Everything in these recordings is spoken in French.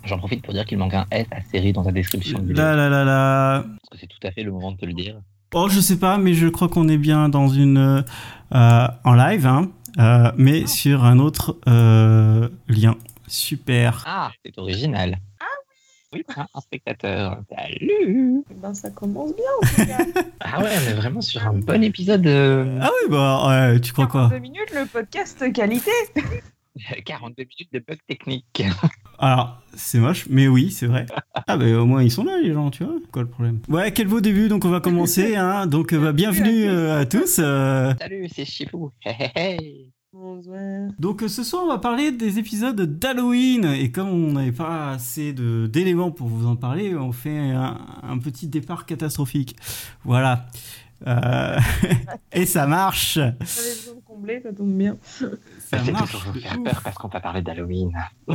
J'en profite pour dire qu'il manque un S à série dans ta description de vidéo. Là. Parce que c'est tout à fait le moment de te le dire. Oh, je sais pas, mais je crois qu'on est bien dans une en live, hein, mais sur un autre lien. Super. Ah, c'est original. Ah oui. Oui, un spectateur. Salut. Ça commence bien en tout cas. Ah ouais, on est vraiment sur un bon épisode. Ah oui, bah tu crois quoi? 42 minutes, le podcast qualité. 42 minutes de bug technique. Alors, c'est moche, mais oui, c'est vrai. Ah bah au moins ils sont là les gens, tu vois. Quoi le problème? Ouais, quel beau début, donc on va commencer, hein. Donc bienvenue à tous. Salut, c'est Chipou. Hey, hey. Bonsoir. Donc ce soir on va parler des épisodes d'Halloween, et comme on n'avait pas assez d'éléments pour vous en parler, on fait un petit départ catastrophique. Voilà. Et ça marche. J'avais besoin de combler, ça tombe bien. Ça C'est marche. toujours vous faire peur parce qu'on va parler d'Halloween.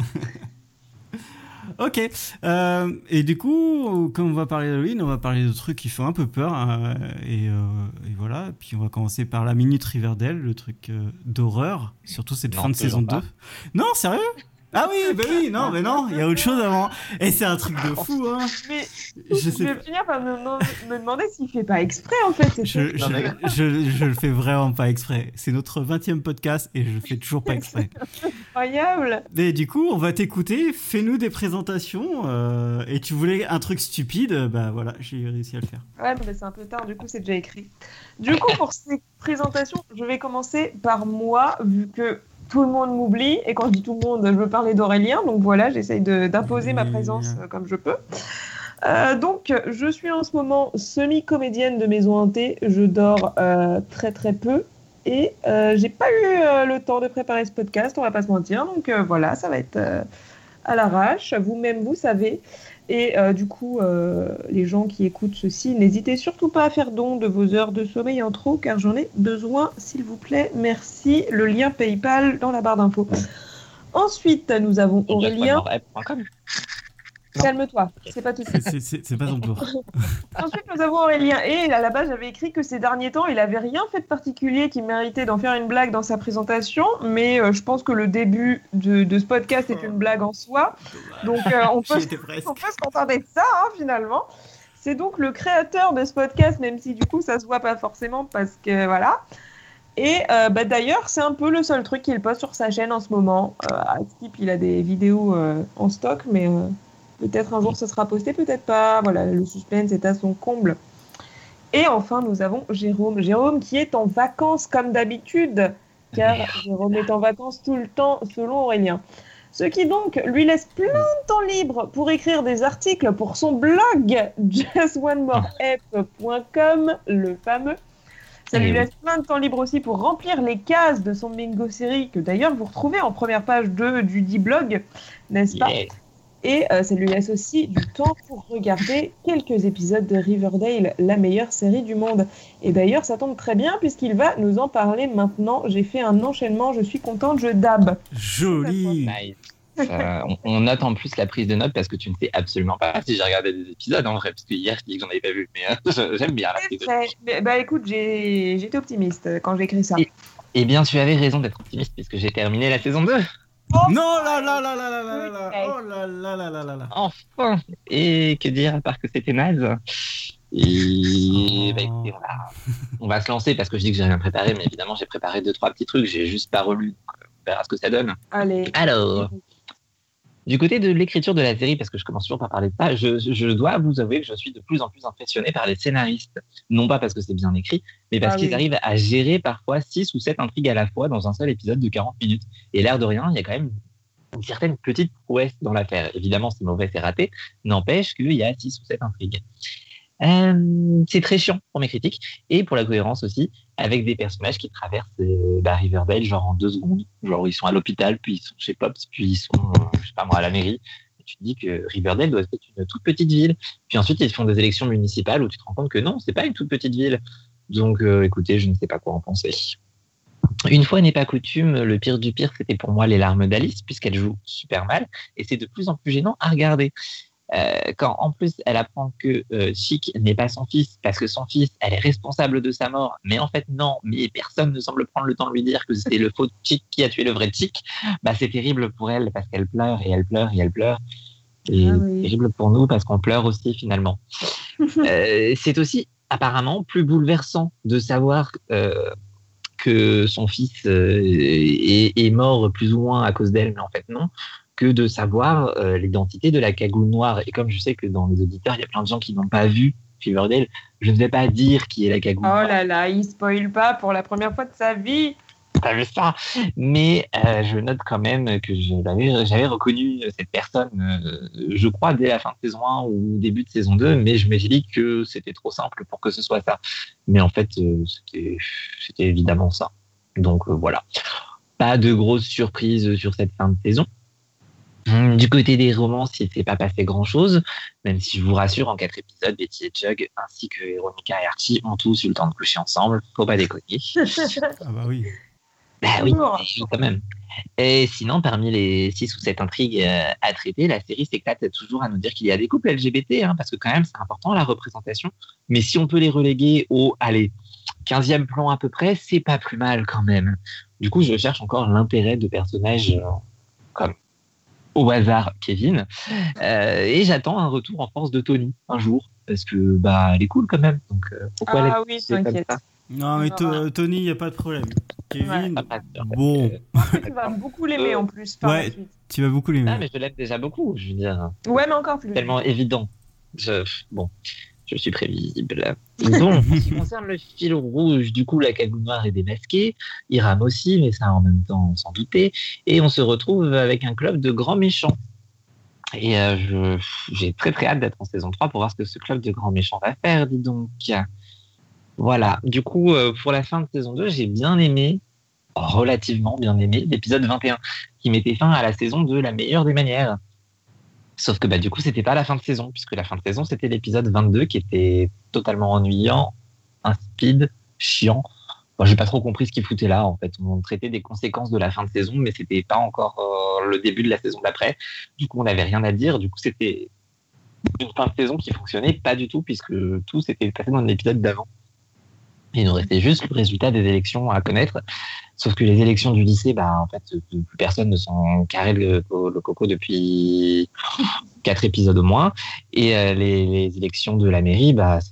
Ok. Et du coup, comme on va parler d'Halloween, on va parler de trucs qui font un peu peur. Et voilà. Puis on va commencer par la Minute Riverdale, le truc d'horreur. Surtout cette fin de saison 2. Non, sérieux? Ah oui, bah oui, non, mais non, il y a autre chose avant. Et c'est un truc de fou, hein. Mais je vais finir par me demander s'il fait pas exprès en fait. Je le fais vraiment pas exprès. C'est notre 20e podcast et je le fais toujours pas exprès. Incroyable. Et du coup, on va t'écouter. Fais-nous des présentations. Et tu voulais un truc stupide, bah voilà, j'ai réussi à le faire. Ouais, mais c'est un peu tard, du coup c'est déjà écrit. Du coup, pour ces présentations, je vais commencer par moi, vu que tout le monde m'oublie, et quand je dis tout le monde, je veux parler d'Aurélien, donc voilà, j'essaye d'imposer ma présence comme je peux. Donc, je suis en ce moment semi-comédienne de maison hantée, je dors très très peu, et j'ai pas eu le temps de préparer ce podcast, on va pas se mentir, donc voilà, ça va être à l'arrache, vous-même vous savez. Et du coup, les gens qui écoutent ceci, n'hésitez surtout pas à faire don de vos heures de sommeil en trop, car j'en ai besoin, s'il vous plaît. Merci. Le lien PayPal dans la barre d'infos. Ensuite, nous avons Aurélien. Calme-toi, c'est pas tout de suite. C'est pas ton tour. Ensuite, nous avons Aurélien. Et à la base, j'avais écrit que ces derniers temps, il avait rien fait de particulier qui méritait d'en faire une blague dans sa présentation. Mais je pense que le début de ce podcast est une blague en soi. Donc, on peut se contenter de ça, hein, finalement. C'est donc le créateur de ce podcast, même si du coup, ça se voit pas forcément parce que voilà. Et d'ailleurs, c'est un peu le seul truc qu'il poste sur sa chaîne en ce moment. À Skip, il a des vidéos en stock, mais... peut-être un jour ce sera posté, peut-être pas. Voilà, le suspense est à son comble. Et enfin, nous avons Jérôme. Jérôme qui est en vacances comme d'habitude, car Jérôme est en vacances tout le temps, selon Aurélien. Ce qui donc lui laisse plein de temps libre pour écrire des articles pour son blog justonemoref.com, le fameux. Ça lui laisse plein de temps libre aussi pour remplir les cases de son Bingo série, que d'ailleurs vous retrouvez en première page du dit blog, n'est-ce pas? Et ça lui laisse aussi du temps pour regarder quelques épisodes de Riverdale, la meilleure série du monde. Et d'ailleurs, ça tombe très bien puisqu'il va nous en parler maintenant. J'ai fait un enchaînement, je suis contente, je dab. Joli. Nice. On note en plus la prise de notes parce que tu ne sais absolument pas si j'ai regardé des épisodes en vrai, parce que hier je dis que j'en avais pas vu, mais j'aime bien la prise de notes. Bah écoute, j'étais optimiste quand j'ai écrit ça. Eh bien, tu avais raison d'être optimiste puisque j'ai terminé la saison 2. Non, là, oh là là. Enfin. Et que dire à part que c'était naze. Et écoutez, on va se lancer parce que je dis que j'ai rien préparé, mais évidemment j'ai préparé 2-3 petits trucs, j'ai juste pas relu. On verra ce que ça donne. Allez. Alors, du côté de l'écriture de la série, parce que je commence toujours par parler de ça, je dois vous avouer que je suis de plus en plus impressionné par les scénaristes. Non pas parce que c'est bien écrit, mais parce qu'ils arrivent à gérer parfois 6 ou 7 intrigues à la fois dans un seul épisode de 40 minutes. Et l'air de rien, il y a quand même une certaine petite prouesse dans l'affaire. Évidemment, c'est mauvais, c'est raté. N'empêche qu'il y a 6 ou 7 intrigues. C'est très chiant pour mes critiques et pour la cohérence aussi, avec des personnages qui traversent Riverdale genre en 2 secondes. Genre ils sont à l'hôpital, puis ils sont chez Pops, puis ils sont, je sais pas moi, à la mairie. Et tu te dis que Riverdale doit être une toute petite ville. Puis ensuite ils font des élections municipales où tu te rends compte que non, c'est pas une toute petite ville. Donc écoutez, je ne sais pas quoi en penser. Une fois n'est pas coutume, le pire du pire, c'était pour moi les larmes d'Alice, puisqu'elle joue super mal, et c'est de plus en plus gênant à regarder. Quand en plus elle apprend que Chic n'est pas son fils parce que son fils, elle est responsable de sa mort, mais en fait non, mais personne ne semble prendre le temps de lui dire que c'est le faux Chic qui a tué le vrai Chic, bah c'est terrible pour elle parce qu'elle pleure et elle pleure et elle pleure Et terrible pour nous parce qu'on pleure aussi finalement. C'est aussi apparemment plus bouleversant de savoir que son fils est mort plus ou moins à cause d'elle, mais en fait non, que de savoir l'identité de la cagoule noire. Et comme je sais que dans les auditeurs, il y a plein de gens qui n'ont pas vu Riverdale, je ne vais pas dire qui est la cagoule noire. Oh là là, il spoil pas pour la première fois de sa vie. T'as vu ça? Mais je note quand même que j'avais reconnu cette personne, je crois, dès la fin de saison 1 ou début de saison 2, mais je me suis dit que c'était trop simple pour que ce soit ça. Mais en fait, c'était évidemment ça. Donc voilà. Pas de grosses surprises sur cette fin de saison. Du côté des romances, il ne s'est pas passé grand-chose, même si je vous rassure, en 4 épisodes, Betty et Jug, ainsi que Veronica et Archie, ont tous eu le temps de coucher ensemble. Faut pas déconner. Ah bah oui. Bah oui, quand même. Et sinon, parmi les 6 ou 7 intrigues à traiter, la série s'éclate toujours à nous dire qu'il y a des couples LGBT, parce que quand même, c'est important la représentation. Mais si on peut les reléguer au, 15e plan à peu près, c'est pas plus mal quand même. Du coup, je cherche encore l'intérêt de personnages comme au hasard Kevin, et j'attends un retour en force de Tony un jour, parce que elle est cool quand même. Donc pourquoi oui, t'inquiète. Non, mais Tony, il n'y a pas de problème. Kevin, bon. Tu vas beaucoup l'aimer en plus. Par la suite. Tu vas beaucoup l'aimer. Ah, mais je l'aime déjà beaucoup, je veux dire. Ouais, mais encore plus. Tellement évident. Je suis prévisible. Bon, en ce qui concerne le fil rouge, du coup, la cagoule noire est démasquée. Hiram aussi, mais ça en même temps, on s'en doutait. Et on se retrouve avec un club de grands méchants. Et j'ai très très hâte d'être en saison 3 pour voir ce que ce club de grands méchants va faire, dis donc. Voilà, du coup, pour la fin de saison 2, j'ai bien aimé, relativement bien aimé, l'épisode 21, qui mettait fin à la saison de la meilleure des manières. Sauf que du coup, c'était pas la fin de saison, puisque la fin de saison, c'était l'épisode 22, qui était totalement ennuyant, insipide, chiant. J'ai pas trop compris ce qu'il foutait là, en fait. On traitait des conséquences de la fin de saison, mais c'était pas encore le début de la saison d'après. Du coup, on n'avait rien à dire. Du coup, c'était une fin de saison qui fonctionnait pas du tout, puisque tout s'était passé dans l'épisode d'avant. Il nous restait juste le résultat des élections à connaître. Sauf que les élections du lycée, en fait, plus personne ne s'en carrait le coco depuis 4 épisodes au moins. Et les élections de la mairie,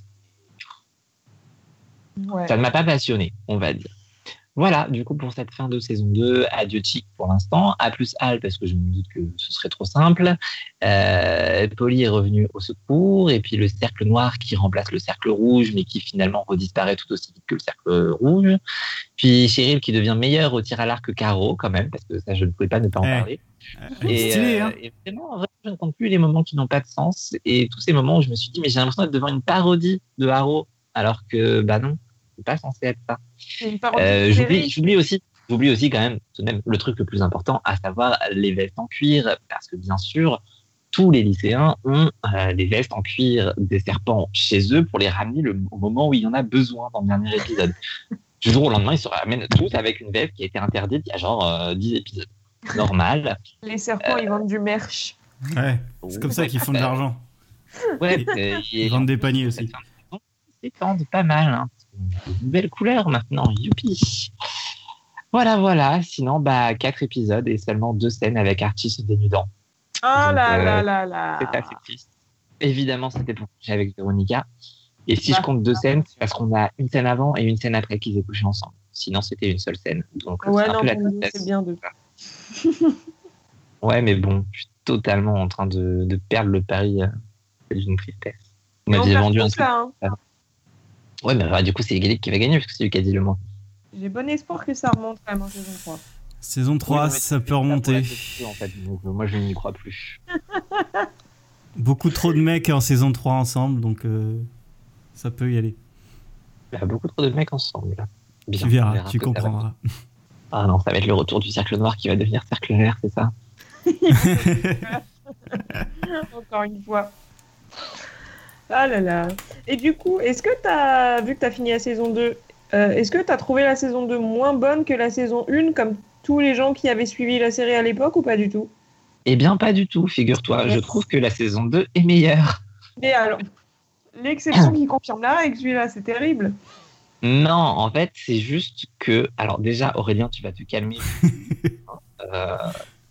ça ne m'a pas passionné, on va dire. Voilà, du coup, pour cette fin de saison 2, adieu Chic pour l'instant. A plus Al, parce que je me doute que ce serait trop simple. Polly est revenue au secours. Et puis le cercle noir qui remplace le cercle rouge, mais qui finalement redisparaît tout aussi vite que le cercle rouge. Puis Cheryl qui devient meilleure au tir à l'arc que Caro, quand même, parce que ça, je ne pouvais pas ne pas en parler. Et vraiment, en vrai, je ne compte plus les moments qui n'ont pas de sens. Et tous ces moments où je me suis dit, mais j'ai l'impression d'être devant une parodie de Arrow, alors que, non. C'est pas censé être ça. J'oublie aussi quand même, tout de même le truc le plus important, à savoir les vestes en cuir, parce que bien sûr, tous les lycéens ont les vestes en cuir des serpents chez eux pour les ramener au moment où il y en a besoin dans le dernier épisode. Du jour au lendemain, ils se ramènent tous avec une veste qui a été interdite il y a genre 10 épisodes. Normal. Les serpents, ils vendent du merch. Ouais, c'est comme ça qu'ils font de l'argent. Ouais, ils vendent des paniers aussi. Ils vendent pas mal, Une belle couleur maintenant, youpi. Voilà. Sinon, 4 épisodes et seulement 2 scènes avec Archie se dénudant. Oh là. C'est assez triste. Évidemment, c'était pour coucher avec Veronica. Et si je compte 2 scènes, c'est parce qu'on a une scène avant et une scène après qu'ils aient couché ensemble. Sinon, c'était une seule scène. Donc, c'est bien deux. Ouais, mais bon, je suis totalement en train de perdre le pari. C'est une tristesse. Vous m'aviez vendu un truc. Ouais, mais du coup, c'est Égalité qui va gagner, parce que c'est lui qui a dit le mot. J'ai bon espoir que ça remonte quand même en saison 3. Saison 3, ça peut remonter. En fait. Donc, moi, je n'y crois plus. Beaucoup trop de mecs en saison 3 ensemble, donc ça peut y aller. Il y a beaucoup trop de mecs ensemble. Bien, tu verras, tu comprendras. Ah non, ça va être le retour du cercle noir qui va devenir cercle vert, c'est ça? Encore une fois. Ah là là. Et du coup, est-ce que vu que tu as fini la saison 2, est-ce que tu as trouvé la saison 2 moins bonne que la saison 1, comme tous les gens qui avaient suivi la série à l'époque, ou pas du tout? Eh bien, pas du tout, figure-toi. Je trouve que la saison 2 est meilleure. Mais alors, l'exception qui confirme la règle, celui-là, c'est terrible. Non, en fait, c'est juste que... Alors déjà, Aurélien, tu vas te calmer.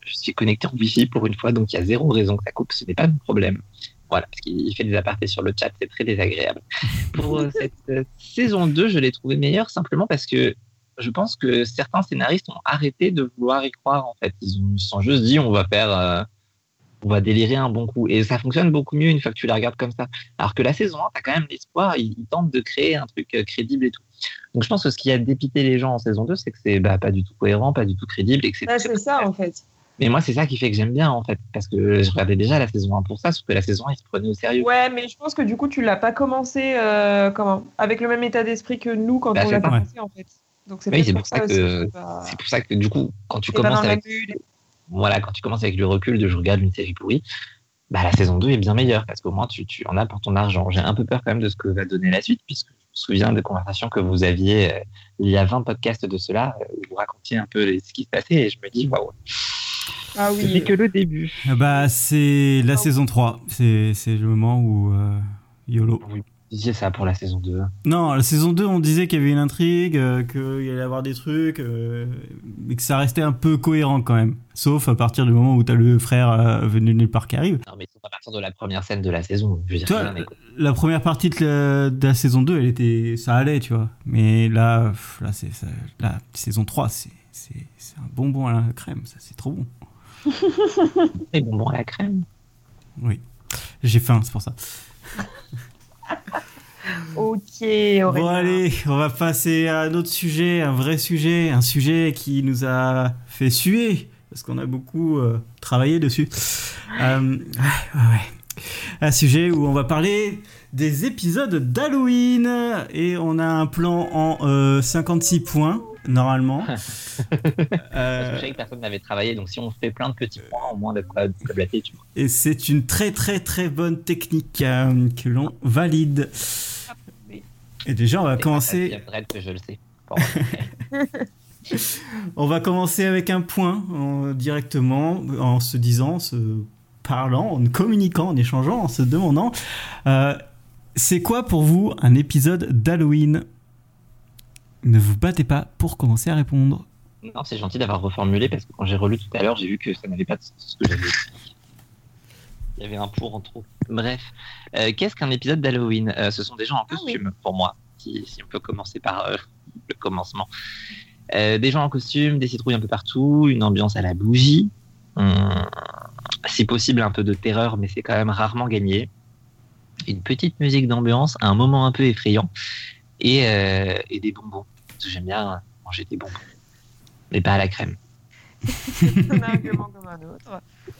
Je suis connecté en Wi-Fi pour une fois, donc il y a zéro raison que ça coupe. Ce n'est pas mon problème. Voilà, parce qu'il fait des apartés sur le chat, c'est très désagréable. Pour cette saison 2, je l'ai trouvé meilleure simplement parce que je pense que certains scénaristes ont arrêté de vouloir y croire, en fait. Ils se sont juste dit, on va délirer un bon coup. Et ça fonctionne beaucoup mieux une fois que tu la regardes comme ça. Alors que la saison 1, tu as quand même l'espoir, ils tentent de créer un truc crédible et tout. Donc je pense que ce qui a dépité les gens en saison 2, c'est que c'est pas du tout cohérent, pas du tout crédible. Et que c'est ça, en fait. Mais moi, c'est ça qui fait que j'aime bien, en fait. Parce que je regardais déjà la saison 1 pour ça, sauf que la saison 1, ils se prenaient au sérieux. Ouais, mais je pense que du coup, tu l'as pas commencé avec le même état d'esprit que nous quand on l'a commencé, en fait. Donc c'est pour ça que du coup, quand tu commences avec... Voilà, quand tu commences avec le recul de je regarde une série pourrie, la saison 2 est bien meilleure parce qu'au moins tu en as pour ton argent. J'ai un peu peur quand même de ce que va donner la suite puisque je me souviens des conversations que vous aviez il y a 20 podcasts de cela où vous racontiez un peu ce qui se passait et je me dis waouh. Ah oui. C'est que le début. C'est la saison 3. C'est le moment où YOLO. Vous disiez ça pour la saison 2. Non, la saison 2, on disait qu'il y avait une intrigue, qu'il allait y avoir des trucs, mais que ça restait un peu cohérent quand même. Sauf à partir du moment où t'as le frère venu de nulle part qui arrive. Non, mais c'est à partir de la première scène de la saison. Je veux dire, toi, la première partie de la saison 2, ça allait, tu vois. Mais là c'est ça, la saison 3, c'est un bonbon à la crème, ça, c'est trop bon. Des bonbons à la crème. Oui, j'ai faim, c'est pour ça. Ok, bon allez, on va passer à un autre sujet, un vrai sujet, un sujet qui nous a fait suer parce qu'on a beaucoup travaillé dessus. Un sujet où on va parler des épisodes d'Halloween et on a un plan en 56 points normalement. Je savais que personne n'avait travaillé, donc si on fait plein de petits points, au moins de quoi blablater, tu vois. Et c'est une très très très bonne technique que l'on valide. Et déjà, on va commencer. Que je le sais. On va commencer avec un point directement, en se disant, en se parlant, en communiquant, en échangeant, en se demandant c'est quoi pour vous un épisode d'Halloween ? Ne vous battez pas pour commencer à répondre. Non, c'est gentil d'avoir reformulé parce que quand j'ai relu tout à l'heure, j'ai vu que ça n'avait pas de sens ce que j'avais dit. Il y avait un pour en trop. Bref, qu'est-ce qu'un épisode d'Halloween ? Ce sont des gens en costume, pour moi, si on peut commencer par le commencement. Des gens en costume, des citrouilles un peu partout, une ambiance à la bougie, si possible un peu de terreur, mais c'est quand même rarement gagné. Une petite musique d'ambiance, un moment un peu effrayant, et des bonbons. J'aime bien manger des bonbons, mais pas à la crème. C'est un argument comme un autre.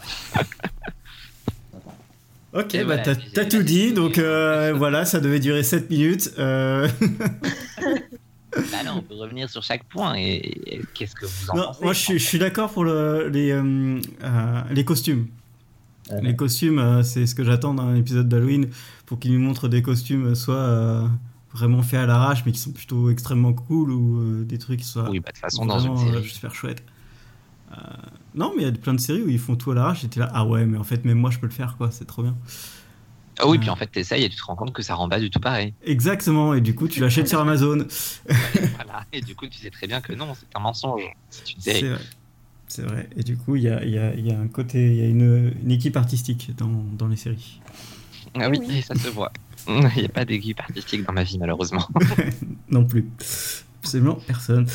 Ok, bah voilà, t'as tout dit, donc voilà, ça devait durer 7 minutes. Bah non, on peut revenir sur chaque point, et qu'est-ce que vous en pensez ? Moi, je suis d'accord pour les costumes. Les costumes, c'est ce que j'attends d'un épisode d'Halloween, pour qu'ils nous montrent des costumes soit vraiment faits à l'arrache, mais qui sont plutôt extrêmement cool, ou des trucs qui soient de toute façon, dans une série super chouettes. Non, mais il y a plein de séries où ils font tout à l'arrache et t'es là, ah ouais, mais en fait, même moi je peux le faire, quoi, c'est trop bien. Ah oui, puis en fait, t'essayes et tu te rends compte que ça rend pas du tout pareil. Exactement, et du coup, tu l'achètes sur Amazon. Voilà, et du coup, tu sais très bien que non, c'est un mensonge. C'est une série. C'est vrai. Et du coup, il y a un côté, il y a une équipe artistique dans les séries. Ah oui, et ça se voit. Il n'y a pas d'équipe artistique dans ma vie, malheureusement. Non plus. Absolument personne.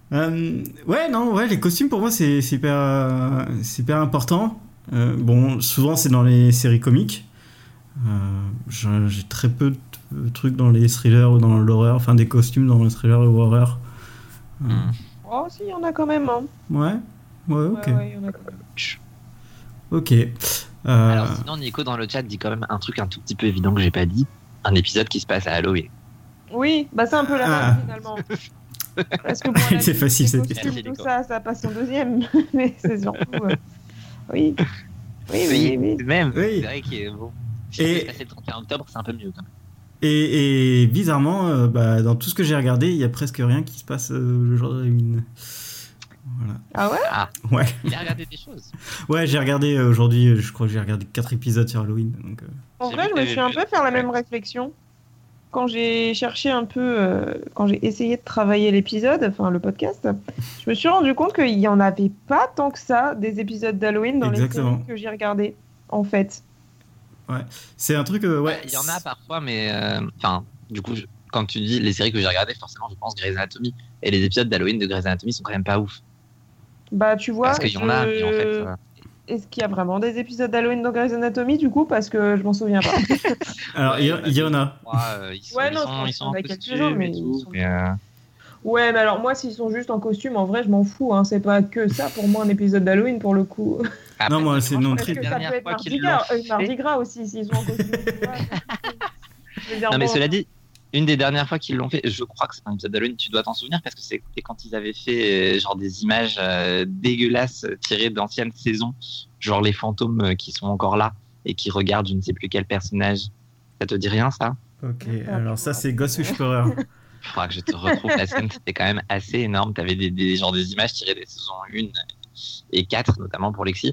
Les costumes pour moi c'est hyper important. Bon, souvent c'est dans les séries comiques. J'ai très peu de trucs dans les thrillers ou dans l'horreur, enfin des costumes dans les thrillers ou horreur. Oh, si, il y en a quand même. Hein. Ouais, ok. Ouais, y en a quand même. Ok. Alors sinon, Nico dans le chat dit quand même un truc un tout petit peu évident que j'ai pas dit. Un épisode qui se passe à Halloween. Oui, bah c'est un peu la même finalement. Parce que pour c'est facile cette question. Tout ça passe en deuxième, mais c'est surtout. Oui. Même. Oui. C'est vrai qu'il est bon. Si ça se passait le 31 octobre, c'est un peu mieux quand même. Et bizarrement, dans tout ce que j'ai regardé, il y a presque rien qui se passe le jour de Halloween. Voilà. Ah ouais ? Ouais. Il a regardé des choses. Ouais, j'ai regardé aujourd'hui, je crois que j'ai regardé 4 épisodes sur Halloween. Donc, en vrai, je me suis un peu faire la même réflexion. quand j'ai cherché un peu, quand j'ai essayé de travailler l'épisode, enfin le podcast, je me suis rendu compte qu'il n'y en avait pas tant que ça des épisodes d'Halloween dans les séries que j'ai regardées, en fait. Ouais, c'est un truc. Ouais. Il y en a parfois, mais du coup, quand tu dis les séries que j'ai regardées, forcément, je pense Grey's Anatomy. Et les épisodes d'Halloween de Grey's Anatomy sont quand même pas ouf. Bah, tu vois. Parce qu'il y en a, mais en fait. Est-ce qu'il y a vraiment des épisodes d'Halloween dans Grey's Anatomy, du coup? Parce que je m'en souviens pas. Alors, il y en a. Ils sont en costume mais tout. Ouais, mais alors moi, s'ils sont juste en costume, en vrai, je m'en fous. Hein. C'est pas que ça pour moi un épisode d'Halloween pour le coup. Après, non, moi, c'est non très. Ça peut être Mardi Gras aussi s'ils sont en costume. Non, mais cela dit, une des dernières fois qu'ils l'ont fait, je crois que c'est un épisode d'Halloween, tu dois t'en souvenir parce que c'était quand ils avaient fait genre des images dégueulasses tirées d'anciennes saisons, genre les fantômes qui sont encore là et qui regardent je ne sais plus quel personnage. Ça te dit rien, ça? Ok, alors ça c'est Ghost Whisperer. Il faudra que je te retrouve la scène, c'était quand même assez énorme. Tu avais des images tirées des saisons 1 et 4, notamment pour Lexi.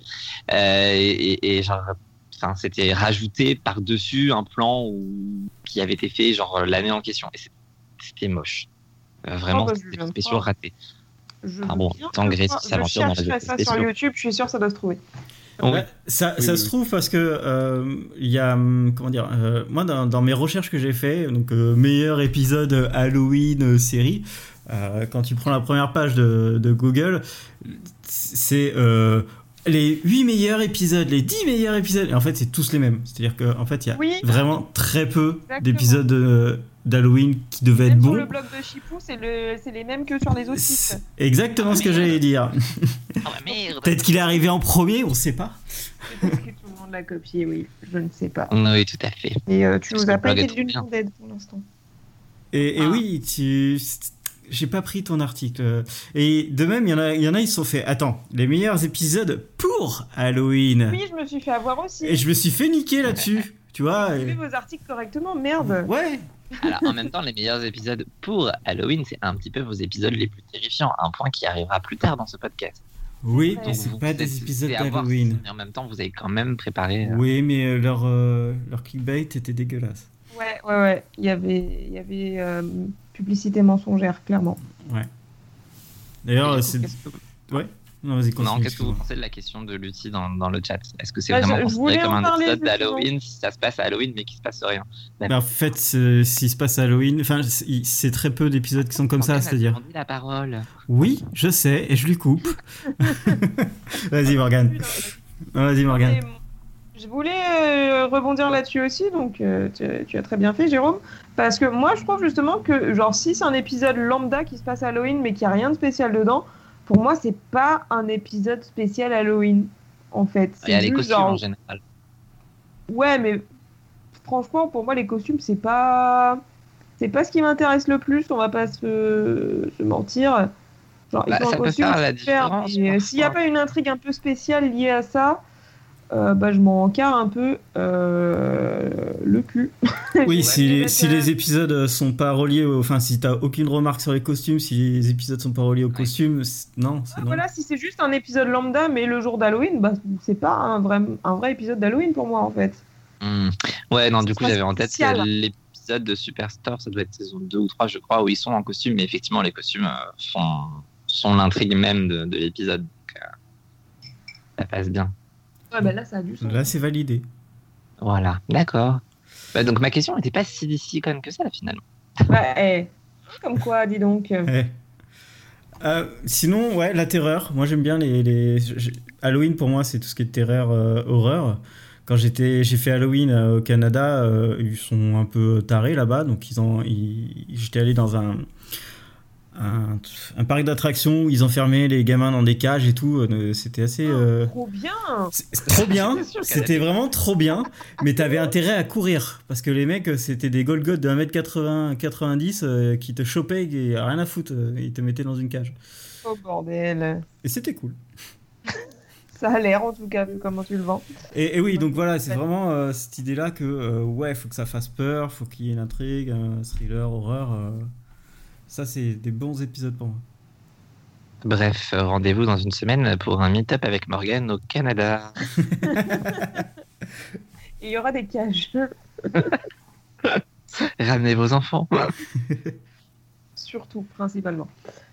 Et genre, c'était rajouté par-dessus un plan qui avait été fait genre l'année en question. Et c'était moche. Vraiment, c'était des spéciaux ratés. Tant Gracie s'aventure dans la vie ça sur YouTube, je suis sûr que ça doit se trouver. Ouais, ça se trouve parce que il y a comment dire moi dans mes recherches que j'ai fait donc meilleur épisode Halloween série quand tu prends la première page de Google c'est les 8 meilleurs épisodes, les 10 meilleurs épisodes, et en fait c'est tous les mêmes, c'est-à-dire qu'en fait il y a vraiment très peu d'épisodes d'Halloween qui devaient être bons. Sur le blog de Chipou, c'est les mêmes que sur les autres sites. Exactement ce que j'allais dire. Merde. Peut-être qu'il est arrivé en premier, on ne sait pas. Peut-être que tout le monde l'a copié, oui, je ne sais pas. Oui, tout à fait. Et tu nous as pas été d'une grande aide pour l'instant. Et oui, j'ai pas pris ton article. Et de même, il y en a, ils se sont fait. Attends, les meilleurs épisodes pour Halloween. Oui, je me suis fait avoir aussi. Et je me suis fait niquer là-dessus. Tu vois. Vous avez vos articles correctement, merde. Ouais. Alors, en même temps, les meilleurs épisodes pour Halloween, c'est un petit peu vos épisodes les plus terrifiants. Un point qui arrivera plus tard dans ce podcast. Oui, donc c'est pas des épisodes d'Halloween. Mais en même temps, vous avez quand même préparé. Oui, mais leur clickbait était dégueulasse. Ouais. Il y avait publicité mensongère, clairement. Ouais. D'ailleurs, c'est. Ouais. Non, vas-y, continue. Non, qu'est-ce que vous pensez de la question de Lucie dans le chat? Est-ce que c'est vraiment considéré comme un épisode d'Halloween si ça se passe à Halloween mais qu'il se passe rien? En fait, s'il se passe à Halloween, enfin, c'est très peu d'épisodes qui sont comme ça, c'est-à-dire. On dit la parole. Oui, je sais, et je lui coupe. Vas-y, Morgane. Vas-y, Morgane. Je voulais rebondir là-dessus aussi, donc tu as très bien fait, Jérôme. Parce que moi, je trouve justement que, genre, si c'est un épisode lambda qui se passe à Halloween mais qu'il n'y a rien de spécial dedans, pour moi, c'est pas un épisode spécial Halloween, en fait. Il y a les costumes en général. Ouais, mais franchement, pour moi, les costumes, c'est pas ce qui m'intéresse le plus, on va pas se mentir. Genre, ils sont en costume, s'il n'y a pas une intrigue un peu spéciale liée à ça, je m'en carre un peu le cul. Oui, si les épisodes sont pas reliés, enfin si t'as aucune remarque sur les costumes, si les épisodes sont pas reliés aux costumes, non. Voilà, si c'est juste un épisode lambda, mais le jour d'Halloween, c'est pas un vrai épisode d'Halloween pour moi en fait. Ouais, non, du coup j'avais en tête l'épisode de Superstore, ça doit être saison 2 ou 3 je crois, où ils sont en costume, mais effectivement les costumes sont l'intrigue même de l'épisode, donc ça passe bien. Ouais, là ça a du sens. Là c'est validé. Voilà, d'accord. Donc ma question n'était pas si conne que ça finalement. Ouais, comme quoi, dis donc. Sinon, ouais, la terreur. Moi j'aime bien Halloween pour moi c'est tout ce qui est terreur, horreur. Quand j'ai fait Halloween au Canada, ils sont un peu tarés là-bas, donc j'étais allé dans un parc d'attractions où ils enfermaient les gamins dans des cages et tout. C'était assez. Trop bien. Trop bien. C'était vraiment trop bien. Mais t'avais intérêt à courir parce que les mecs, c'était des Golgoth de 1m90 qui te chopaient et rien à foutre. Ils te mettaient dans une cage. Oh bordel. Et c'était cool. Ça a l'air en tout cas, vu comment tu le vends. Et oui, donc voilà, c'est vraiment cette idée-là que faut que ça fasse peur, faut qu'il y ait une intrigue, un thriller, horreur. Ça, c'est des bons épisodes pour moi. Bref, rendez-vous dans une semaine pour un meet-up avec Morgane au Canada. Il y aura des cages. Ramenez vos enfants. Surtout, principalement.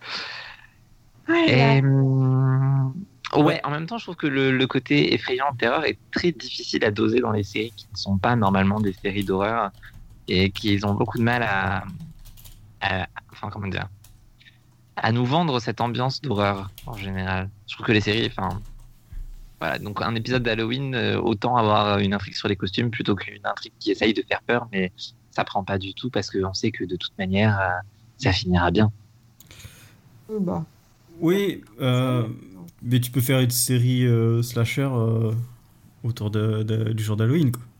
Et, ouais, en même temps, je trouve que le côté effrayant d'horreur est très difficile à doser dans les séries qui ne sont pas normalement des séries d'horreur et qui ont beaucoup de mal enfin, comment dire, à nous vendre cette ambiance d'horreur en général. Je trouve que les séries, enfin, voilà, donc un épisode d'Halloween, autant avoir une intrigue sur les costumes plutôt qu'une intrigue qui essaye de faire peur, mais ça prend pas du tout parce qu'on sait que de toute manière, ça finira bien. Bah. Oui, mais tu peux faire une série slasher autour du jour d'Halloween, quoi.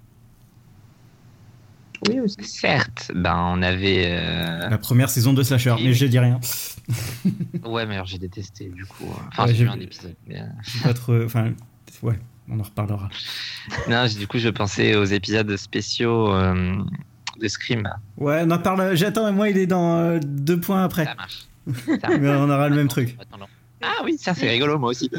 Oui, aussi. Certes, on avait... La première saison de slasher, mais je dis rien. Ouais, mais alors j'ai détesté, du coup. Enfin, Ouais, j'ai vu un épisode. Mais... pas trop... Enfin, ouais, on en reparlera. Non, du coup, je pensais aux épisodes spéciaux de Scream. Ouais, on en parle... J'attends, moi, il est dans 2 points après. Ça marche. Mais on aura le même truc. Attends. Ah oui, ça c'est rigolo, moi aussi.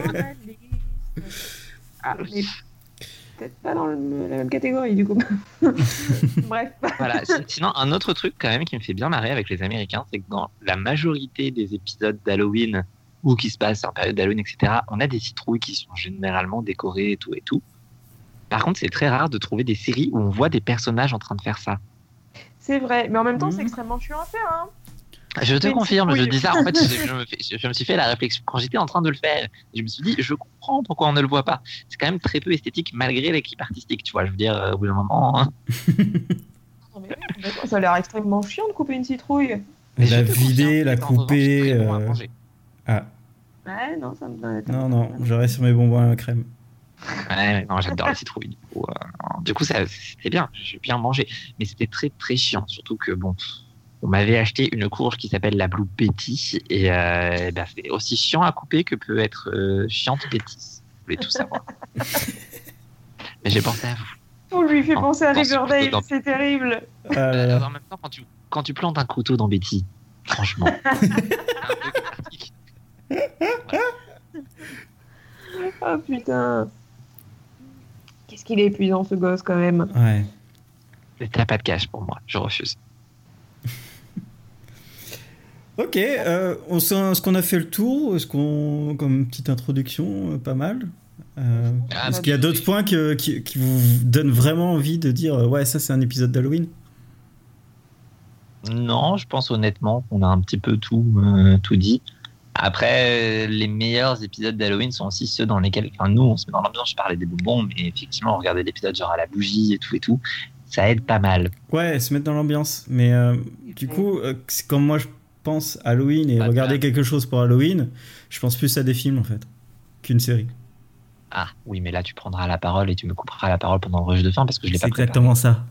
Ah, mais peut-être pas dans la même catégorie, du coup. Bref. Voilà. Sinon, un autre truc quand même qui me fait bien marrer avec les Américains, c'est que dans la majorité des épisodes d'Halloween ou qui se passent en période d'Halloween, etc., on a des citrouilles qui sont généralement décorées et tout. Par contre, c'est très rare de trouver des séries où on voit des personnages en train de faire ça. C'est vrai, mais en même temps, c'est extrêmement chiant à faire, hein. Je te confirme, je dis ça. En fait, je me suis fait la réflexion quand j'étais en train de le faire. Je me suis dit, je comprends pourquoi on ne le voit pas. C'est quand même très peu esthétique malgré l'équipe artistique, tu vois. Je veux dire, au bout d'un moment. Hein. Non, mais oui, ça a l'air extrêmement chiant de couper une citrouille. La vider, la couper. Ah. Ouais, non, ça me. Non, je reste sur mes bonbons à la crème. Ouais, non, j'adore les citrouilles. Du coup, c'était bien. J'ai bien mangé, mais c'était très très chiant. Surtout que bon. On m'avait acheté une courge qui s'appelle la Blue Betty et c'est aussi chiant à couper que peut être chiante Betty. Vous voulez tout savoir. Mais j'ai pensé à vous. Tout lui fait penser à Riverdale, c'est terrible. En même temps, quand tu plantes un couteau dans Betty, franchement, c'est un peu pratique. Oh putain. Qu'est-ce qu'il est épuisant ce gosse quand même. Ouais. T'as pas de cash pour moi, je refuse. Ok, est-ce qu'on a fait le tour? Est-ce qu'on, comme petite introduction, pas mal? Est-ce qu'il y a d'autres points qui vous donnent vraiment envie de dire ouais, ça c'est un épisode d'Halloween? Non, je pense honnêtement qu'on a un petit peu tout dit. Après, les meilleurs épisodes d'Halloween sont aussi ceux dans lesquels, nous, on se met dans l'ambiance. Je parlais des bonbons, mais effectivement, regarder l'épisode genre à la bougie et tout, ça aide pas mal. Ouais, se mettre dans l'ambiance. Mais du coup, c'est comme moi je pense Halloween et regarder quelque chose pour Halloween, je pense plus à des films en fait qu'une série. Ah oui, mais là tu prendras la parole et tu me couperas la parole pendant le rush de fin parce que je l'ai pas préparé. C'est exactement ça.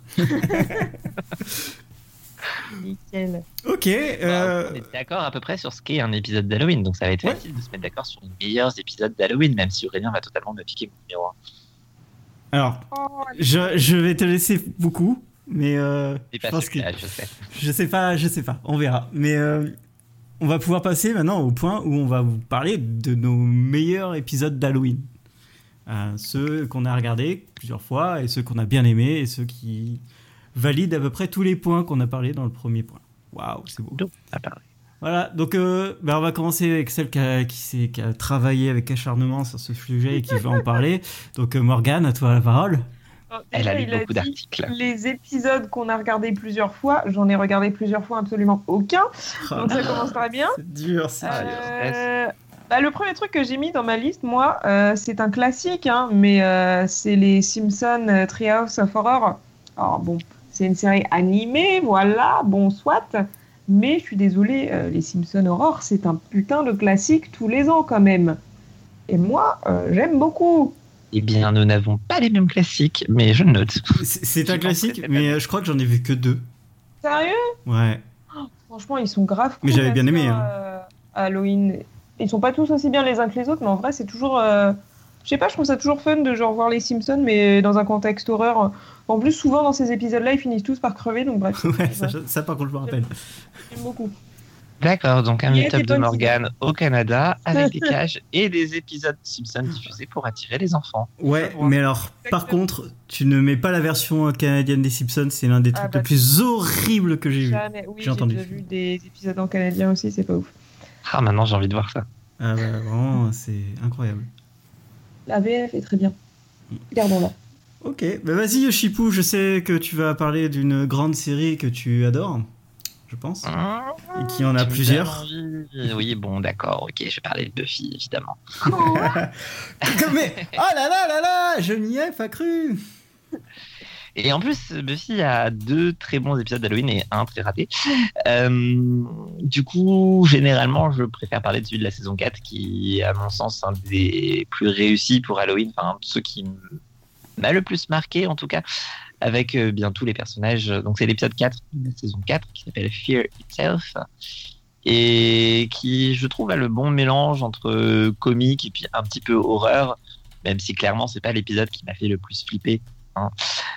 Nickel. Ok. On est d'accord à peu près sur ce qu'est un épisode d'Halloween, donc ça va être facile de se mettre d'accord sur les meilleurs épisodes d'Halloween, même si Aurélien va totalement me piquer mon numéro 1. Alors, je vais te laisser beaucoup. Mais je pense que je sais pas, on verra. Mais on va pouvoir passer maintenant au point où on va vous parler de nos meilleurs épisodes d'Halloween. Ceux qu'on a regardés plusieurs fois et ceux qu'on a bien aimés et ceux qui valident à peu près tous les points qu'on a parlé dans le premier point. Waouh, c'est beau. Voilà, donc on va commencer avec celle qui a travaillé avec acharnement sur ce sujet et qui va en parler. Donc Morgane, à toi la parole. Elle a lu beaucoup d'articles. Les épisodes qu'on a regardés plusieurs fois, j'en ai regardé plusieurs fois absolument aucun. Donc ça commence très bien. C'est dur, ça. Le premier truc que j'ai mis dans ma liste, moi, c'est un classique, hein, mais c'est les Simpsons Treehouse of Horror. Alors bon, c'est une série animée, voilà, bon, soit. Mais je suis désolée, les Simpsons Horror, c'est un putain de classique tous les ans quand même. Et moi, j'aime beaucoup. Eh bien, nous n'avons pas les mêmes classiques, mais je note. C'est un classique, mais je crois que j'en ai vu que 2. Sérieux? Ouais. Oh, franchement, ils sont graves. Mais j'avais bien aimé. Halloween. Ils sont pas tous aussi bien les uns que les autres, mais en vrai, c'est toujours... Je sais pas, je trouve ça toujours fun de genre voir les Simpsons, mais dans un contexte horreur. En plus, souvent, dans ces épisodes-là, ils finissent tous par crever, donc bref. Ouais, ça par contre, je me rappelle. J'aime beaucoup. D'accord, donc un Il y a meet-up des de bonnes Morgane au Canada avec des cages et des épisodes de Simpsons diffusés pour attirer les enfants. Ouais, mais alors, par contre, tu ne mets pas la version canadienne des Simpsons, c'est l'un des trucs les plus horribles que j'ai vu. Jamais. Oui, j'ai déjà vu des épisodes en canadien aussi, c'est pas ouf. Ah, maintenant j'ai envie de voir ça. Ah bah, vraiment, c'est incroyable. La VF est très bien. Gardons-la. Ok, bah vas-y Chipou, je sais que tu vas parler d'une grande série que tu adores, je pense, et qui en a plusieurs. Oui, bon, d'accord, ok, je vais parler de Buffy, évidemment. Mais, oh là là là là, je n'y ai pas cru. Et en plus, Buffy a 2 très bons épisodes d'Halloween et 1 très raté. Du coup, généralement, je préfère parler de celui de la saison 4, qui est, à mon sens, un des plus réussis pour Halloween, enfin, ceux qui m'a le plus marqué, en tout cas, avec bien tous les personnages. Donc, c'est l'épisode 4 de la saison 4, qui s'appelle Fear Itself, et qui, je trouve, a le bon mélange entre comique et puis un petit peu horreur, même si clairement, c'est pas l'épisode qui m'a fait le plus flipper, hein.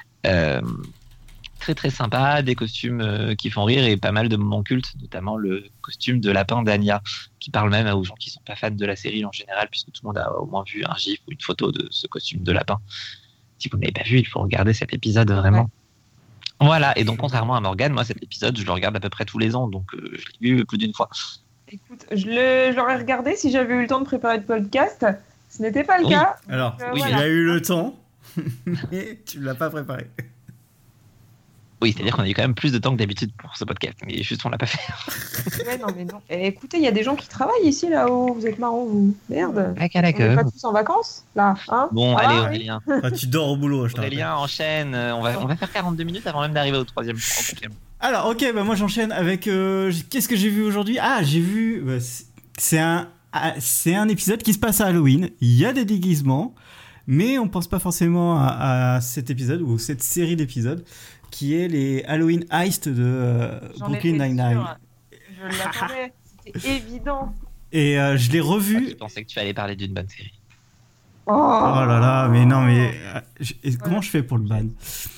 Très très sympa, des costumes qui font rire et pas mal de moments cultes, notamment le costume de lapin d'Anya, qui parle même aux gens qui sont pas fans de la série en général, puisque tout le monde a au moins vu un gif ou une photo de ce costume de lapin. Si vous ne l'avez pas vu, il faut regarder cet épisode vraiment. Ouais. Voilà, et donc contrairement à Morgane, moi cet épisode je le regarde à peu près tous les ans, donc je l'ai vu plus d'une fois. Écoute, je l'aurais regardé si j'avais eu le temps de préparer le podcast. Ce n'était pas le cas. Alors, il a eu le temps. Mais tu ne l'as pas préparé. Oui, c'est-à-dire qu'on a eu quand même plus de temps que d'habitude pour ce podcast, mais juste on l'a pas fait. Ouais, non, mais non. Écoutez, il y a des gens qui travaillent ici, là-haut. Vous êtes marrants, vous. Merde. On n'est pas tous en vacances, là. Hein, bon, allez, Aurélien. Ah, tu dors au boulot, je t'en Aurélien, enchaîne. On va faire 42 minutes avant même d'arriver au troisième. Alors, ok, bah moi j'enchaîne avec... qu'est-ce que j'ai vu aujourd'hui ? Ah, j'ai vu... c'est un épisode qui se passe à Halloween. Il y a des déguisements. Mais on pense pas forcément à cet épisode ou cette série d'épisodes qui est les Halloween Heist de Brooklyn Nine-Nine. Je l'attendais, c'était évident. Et je l'ai revu. Je pensais que tu allais parler d'une bonne série. Oh là là, mais non, mais comment je fais pour le ban ?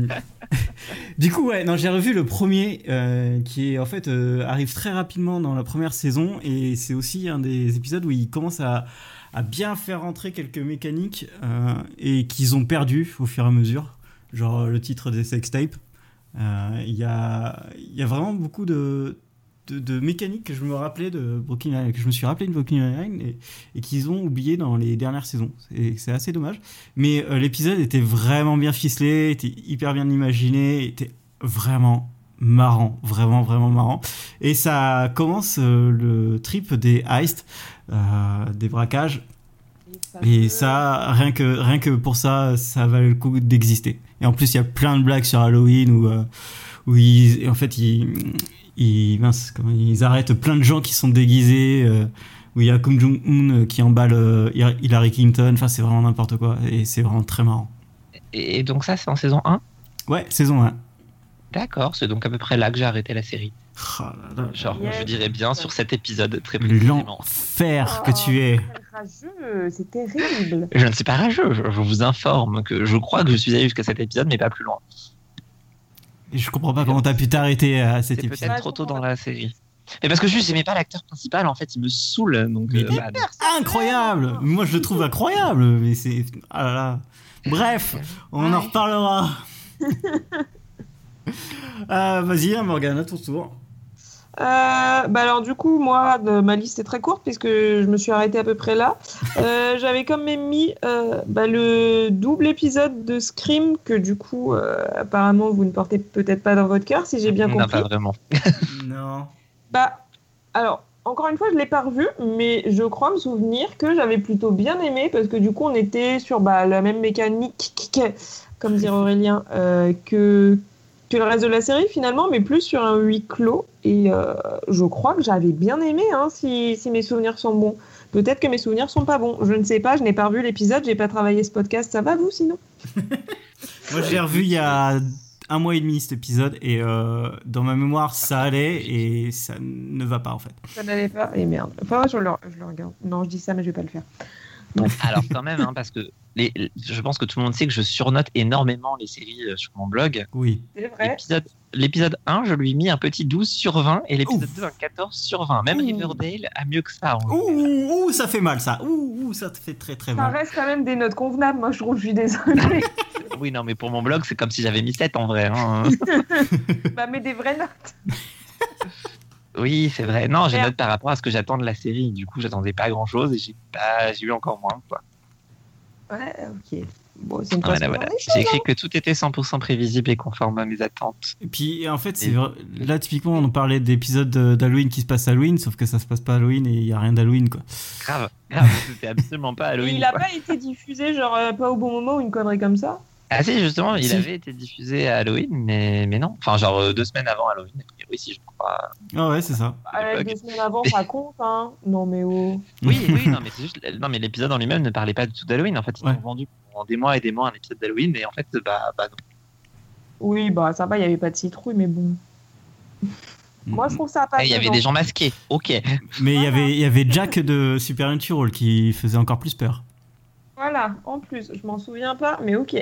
Du coup, ouais, non, j'ai revu le premier qui est en fait arrive très rapidement dans la première saison et c'est aussi un des épisodes où il commence à bien faire rentrer quelques mécaniques et qu'ils ont perdu au fur et à mesure, genre le titre des sextapes. Il y a vraiment beaucoup de mécaniques que je me rappelais de Brooklyn Nine-Nine, que je me suis rappelé de Brooklyn Nine-Nine et qu'ils ont oublié dans les dernières saisons. C'est assez dommage. Mais l'épisode était vraiment bien ficelé, était hyper bien imaginé, était vraiment marrant, vraiment vraiment marrant. Et ça commence le trip des heists, des braquages. Et ça, rien que pour ça, ça valait le coup d'exister. Et en plus, il y a plein de blagues sur Halloween où ils arrêtent plein de gens qui sont déguisés, où il y a Kim Jong-un qui emballe Hillary Clinton. Enfin, c'est vraiment n'importe quoi. Et c'est vraiment très marrant. Et donc ça, c'est en saison 1 ? Ouais, saison 1. D'accord, c'est donc à peu près là que j'ai arrêté la série. Oh là là. Genre, je dirais bien sur cet épisode très précisément. L'enfer que tu es. Rageux, c'est terrible. Je ne suis pas rageux, je vous informe que je crois que je suis allé jusqu'à cet épisode, mais pas plus loin. Et je comprends pas comment t'as pu t'arrêter à cet épisode. C'est peut-être trop tôt dans la série. Mais parce que juste, j'aimais pas l'acteur principal, en fait, il me saoule. Donc, mais il est incroyable. Moi, je le trouve incroyable, mais c'est... Ah là là. Bref, on en reparlera. Vas-y, Morgane, à ton tour. Alors du coup, moi, ma liste est très courte puisque je me suis arrêtée à peu près là. J'avais quand même mis le double épisode de Scream que du coup, apparemment, vous ne portez peut-être pas dans votre cœur, si j'ai bien compris. Non, pas vraiment. Non. Alors, encore une fois, je l'ai pas revu, mais je crois me souvenir que j'avais plutôt bien aimé parce que du coup, on était sur la même mécanique, comme dirait Aurélien, que le reste de la série finalement, mais plus sur un huis clos. Et je crois que j'avais bien aimé, hein, si mes souvenirs sont bons. Peut-être que mes souvenirs sont pas bons. Je ne sais pas, je n'ai pas revu l'épisode, j'ai pas travaillé ce podcast. Ça va vous sinon ? Moi, je l'ai revu il y a 1 mois et demi cet épisode et dans ma mémoire ça allait et ça ne va pas en fait. Ça n'allait pas et merde. Enfin, je le regarde. Non, je dis ça mais je vais pas le faire. Non. Alors quand même, hein, parce que je pense que tout le monde sait que je surnote énormément les séries sur mon blog. Oui. C'est vrai. l'épisode 1, je lui ai mis un petit 12 sur 20 et l'épisode 2 un 14 sur 20. Même Riverdale a mieux que ça. Ça fait mal ça. Ça te fait très très mal. Ça reste quand même des notes convenables, moi je trouve, je suis désolée. Oui, non, mais pour mon blog, c'est comme si j'avais mis 7 en vrai. Hein. Bah, mais des vraies notes. Oui, c'est vrai. Non, j'ai note par rapport à ce que j'attends de la série. Du coup, j'attendais pas grand-chose et j'ai eu encore moins, quoi. Ouais, ok. Bon, c'est une voilà. J'ai écrit que tout était 100% prévisible et conforme à mes attentes. Et puis, en fait, là, typiquement, on parlait d'épisodes d'Halloween qui se passent à Halloween, sauf que ça se passe pas à Halloween et il y a rien d'Halloween, quoi. Grave, c'était absolument pas Halloween. Et il a pas été diffusé, genre, pas au bon moment ou une connerie comme ça? Ah si, justement, il avait été diffusé à Halloween, mais non. Enfin, genre 2 semaines avant Halloween. Oui, si je crois. Ah ouais, c'est ça. 2 semaines avant, ça compte, hein. Non, mais oh. Oui, non, mais c'est juste. Non, mais l'épisode en lui-même ne parlait pas du tout d'Halloween. En fait, ils ont vendu pendant des mois et des mois un épisode d'Halloween, et en fait, bah non. Oui, bah ça va, il n'y avait pas de citrouille, mais bon. Moi, je trouve ça pas. Il y avait des gens masqués, ok. Mais il y avait Jack de Supernatural qui faisait encore plus peur. Voilà, en plus, je m'en souviens pas, mais ok.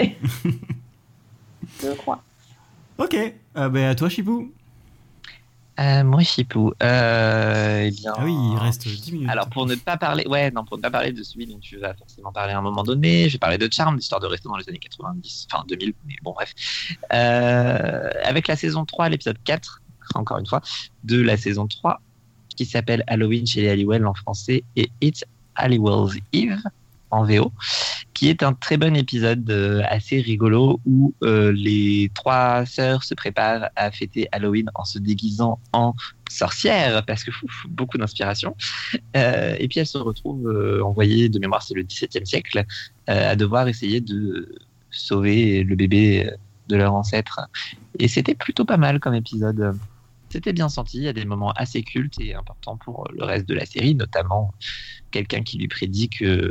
Je crois. Ok, à toi, Chipou. Moi, Chipou. Eh bien... Ah oui, il reste 10 minutes. Alors, pour ne pas parler de celui dont tu vas forcément parler à un moment donné, je vais parler de Charmed, histoire de rester dans les années 90, enfin 2000, mais bon, bref. Avec la saison 3, l'épisode 4, encore une fois, de la saison 3, qui s'appelle Halloween chez les Halliwell en français et It's Halliwell's Eve en VO, qui est un très bon épisode assez rigolo où les 3 sœurs se préparent à fêter Halloween en se déguisant en sorcières, parce que beaucoup d'inspiration. Et puis elles se retrouvent envoyées, de mémoire c'est le XVIIe siècle, à devoir essayer de sauver le bébé de leur ancêtre. Et c'était plutôt pas mal comme épisode. C'était bien senti, il y a des moments assez cultes et importants pour le reste de la série, notamment quelqu'un qui lui prédit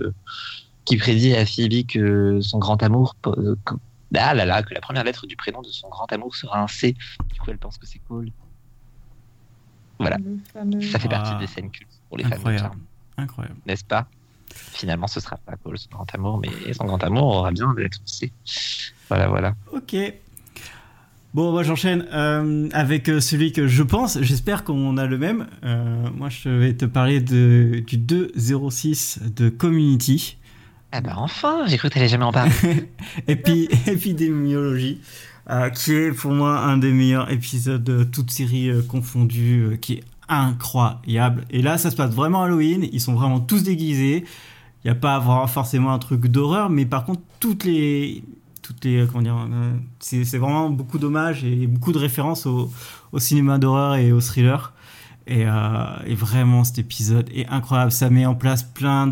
à Phoebe que son grand amour, que la première lettre du prénom de son grand amour sera un C. Du coup, elle pense que c'est Cole. Voilà, ça fait partie des scènes cultes pour les fans de Charmed. Incroyable. N'est-ce pas? Finalement, ce sera pas Cole, son grand amour, mais son grand amour aura bien d'être C. Voilà. Ok. Bon, moi j'enchaîne avec celui que je pense, j'espère qu'on a le même. Moi je vais te parler du 206 de Community. Ah bah enfin, j'ai cru que t'allais jamais en parler. Épidémiologie, qui est pour moi un des meilleurs épisodes, toutes séries confondues, qui est incroyable. Et là ça se passe vraiment Halloween, ils sont vraiment tous déguisés. Il n'y a pas forcément un truc d'horreur, mais par contre c'est vraiment beaucoup d'hommages et beaucoup de références au cinéma d'horreur et au thriller. Et vraiment, cet épisode est incroyable. Ça met en place plein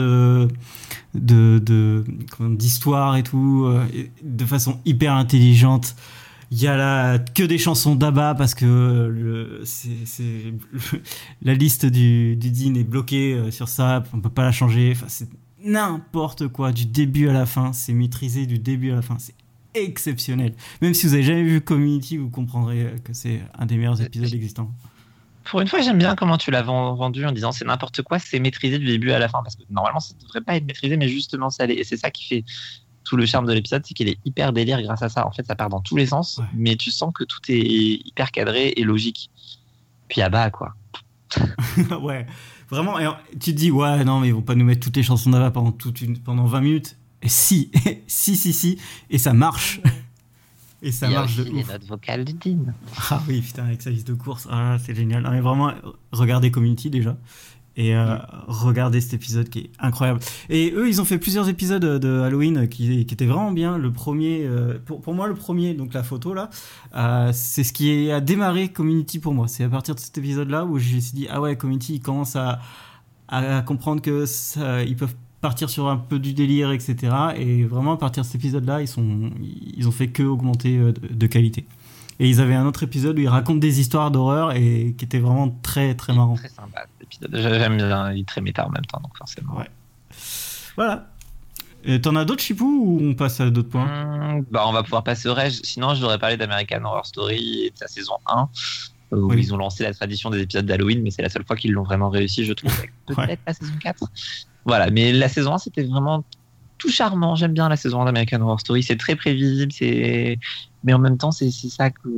d'histoires et tout, de façon hyper intelligente. Il y a là que des chansons d'ABBA parce que la liste du Dean est bloquée sur ça. On peut pas la changer. Enfin, c'est n'importe quoi du début à la fin. C'est maîtrisé du début à la fin. C'est exceptionnel. Même si vous avez jamais vu Community, vous comprendrez que c'est un des meilleurs épisodes existants. Pour une fois, j'aime bien comment tu l'as vendu en disant c'est n'importe quoi, c'est maîtrisé du début à la fin, parce que normalement ça ne devrait pas être maîtrisé, mais justement ça l'est. Et c'est ça qui fait tout le charme de l'épisode, c'est qu'il est hyper délire grâce à ça. En fait, ça part dans tous les sens, mais tu sens que tout est hyper cadré et logique. Puis à bas, quoi. Ouais, vraiment. Et tu te dis ouais, non, mais ils vont pas nous mettre toutes les chansons d'Ava pendant 20 minutes. Et si, et ça marche. Et ça marche de ouf. Il y a aussi les notes vocales du Dean. Ah oui, putain, avec sa liste de courses, c'est génial. Non, mais vraiment, regardez Community déjà. Et regardez cet épisode qui est incroyable. Et eux, ils ont fait plusieurs épisodes de Halloween qui étaient vraiment bien. Le premier, pour moi, le premier, donc la photo là, c'est ce qui a démarré Community pour moi. C'est à partir de cet épisode-là où je me suis dit, ah ouais, Community, ils commencent à comprendre que ils peuvent partir sur un peu du délire, etc. Et vraiment, à partir de cet épisode-là, ils ont fait que augmenter de qualité. Et ils avaient un autre épisode où ils racontent des histoires d'horreur et qui était vraiment très, très marrant. Très sympa, cet épisode. J'aime bien, il est très méta en même temps, donc forcément. Ouais. Voilà. Et t'en as d'autres, Chipou, ou on passe à d'autres points? On va pouvoir passer au reste. Sinon, je voudrais parler d'American Horror Story et de sa saison 1. Où ils ont lancé la tradition des épisodes d'Halloween, mais c'est la seule fois qu'ils l'ont vraiment réussi, je trouve. Peut-être la saison 4. Voilà, mais la saison 1, c'était vraiment tout charmant. J'aime bien la saison 1 d'American Horror Story. C'est très prévisible, mais en même temps, c'est ça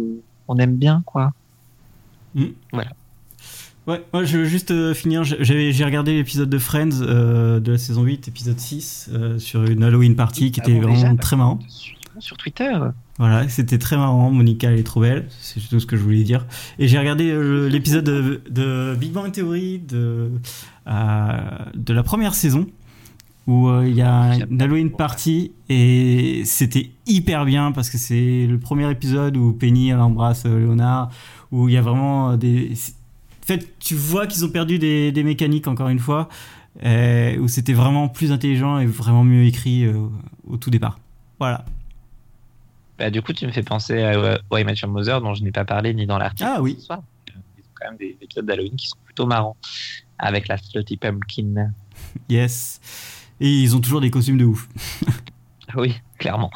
qu'on aime bien, quoi. Voilà. Ouais, moi je veux juste finir. J'ai regardé l'épisode de Friends de la saison 8, épisode 6, sur une Halloween party qui était vraiment très marrant. Sur Twitter. Voilà, c'était très marrant. Monica, elle est trop belle. C'est tout ce que je voulais dire. Et j'ai regardé l'épisode de Big Bang Theory de la première saison où il y a une Halloween party et c'était hyper bien parce que c'est le premier épisode où Penny elle embrasse Léonard, où il y a vraiment des... En fait, tu vois qu'ils ont perdu des mécaniques encore une fois, où c'était vraiment plus intelligent et vraiment mieux écrit au tout départ. Voilà. Bah, du coup, tu me fais penser à Why I Met Your Mother, dont je n'ai pas parlé ni dans l'article. Ah oui. Ce soir. Ils ont quand même des épisodes d'Halloween qui sont plutôt marrants, avec la Slutty Pumpkin. Yes. Et ils ont toujours des costumes de ouf. Oui, clairement.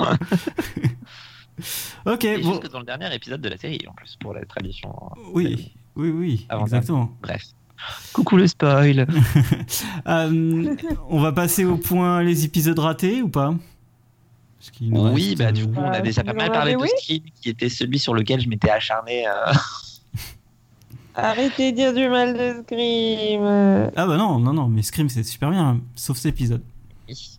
Ok. Et bon. juste dans le dernier épisode de la série, en plus, pour la tradition. Oui, exactement. Bref. Coucou le spoil. On va passer au point les épisodes ratés ou pas? Oui, bah du coup, on a déjà pas mal parlé de Scream, qui était celui sur lequel je m'étais acharné. Arrêtez de dire du mal de Scream. Ah bah non, mais Scream c'est super bien, hein, sauf cet épisode. Oui.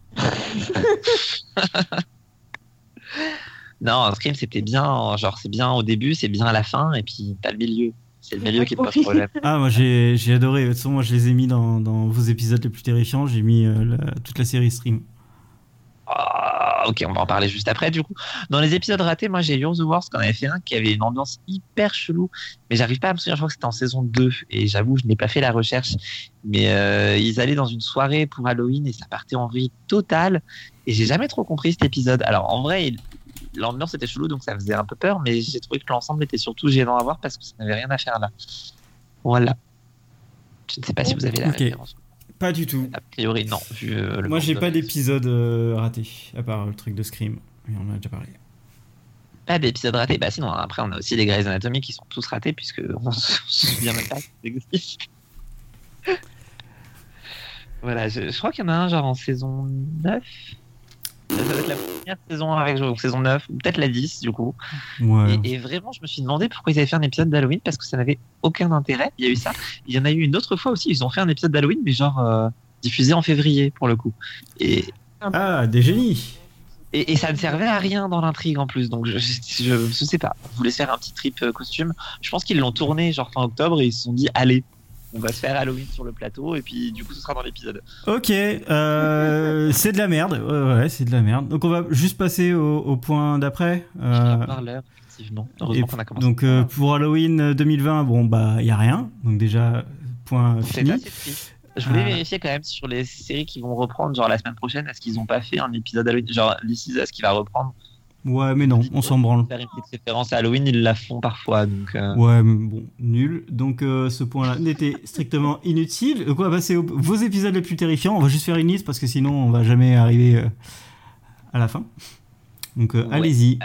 Non, Scream c'était bien, genre c'est bien au début, c'est bien à la fin, et puis t'as le milieu. C'est le milieu qui te pose problème. Ah, moi j'ai adoré. De toute façon, moi je les ai mis dans vos épisodes les plus terrifiants. J'ai mis toute la série Scream. Ok, on va en parler juste après du coup. Dans les épisodes ratés, moi j'ai You're the Worst qu'on avait fait un qui avait une ambiance hyper chelou, mais j'arrive pas à me souvenir, je crois que c'était en saison 2 et j'avoue je n'ai pas fait la recherche, mais ils allaient dans une soirée pour Halloween et ça partait en vrille totale et j'ai jamais trop compris cet épisode. Alors en vrai l'ambiance était chelou donc ça faisait un peu peur, mais j'ai trouvé que l'ensemble était surtout gênant à voir parce que ça n'avait rien à faire là. Voilà. Je ne sais pas si vous avez la référence. Pas du tout. A priori, non. Moi, j'ai pas d'épisode raté, à part le truc de Scream. Mais on en a déjà parlé. Pas d'épisode raté. Bah sinon, après, on a aussi les Grey's Anatomy qui sont tous ratés, puisque on se souvient même pas qu'ils existent. Voilà, je crois qu'il y en a un genre en saison 9. Ça doit être la première saison avec saison 9, ou peut-être la 10 du coup. Ouais. Et vraiment, je me suis demandé pourquoi ils avaient fait un épisode d'Halloween, parce que ça n'avait aucun intérêt. Il y a eu ça. Il y en a eu une autre fois aussi, ils ont fait un épisode d'Halloween, mais genre diffusé en février pour le coup. Ah, des génies. Et ça ne servait à rien dans l'intrigue en plus, donc je sais pas. On voulait se faire un petit trip costume. Je pense qu'ils l'ont tourné genre fin octobre et ils se sont dit allez, on va se faire Halloween sur le plateau et puis du coup ce sera dans l'épisode. Ok, c'est de la merde. Ouais, c'est de la merde. Donc on va juste passer au point d'après. Parleur, effectivement. Heureusement qu'on a commencé. Donc pour Halloween 2020, bon bah il y a rien. Donc déjà point fini. C'est triste. Je voulais vérifier quand même sur les séries qui vont reprendre genre la semaine prochaine, est-ce qu'ils n'ont pas fait un épisode Halloween, genre This Is Us qui va reprendre. Ouais, mais non, on s'en branle. Faire une petite référence à Halloween, ils la font parfois. Donc ouais, mais bon, nul. Donc ce point-là n'était strictement inutile. Donc on va passer vos épisodes les plus terrifiants. On va juste faire une liste parce que sinon on va jamais arriver à la fin. Donc ouais, allez-y.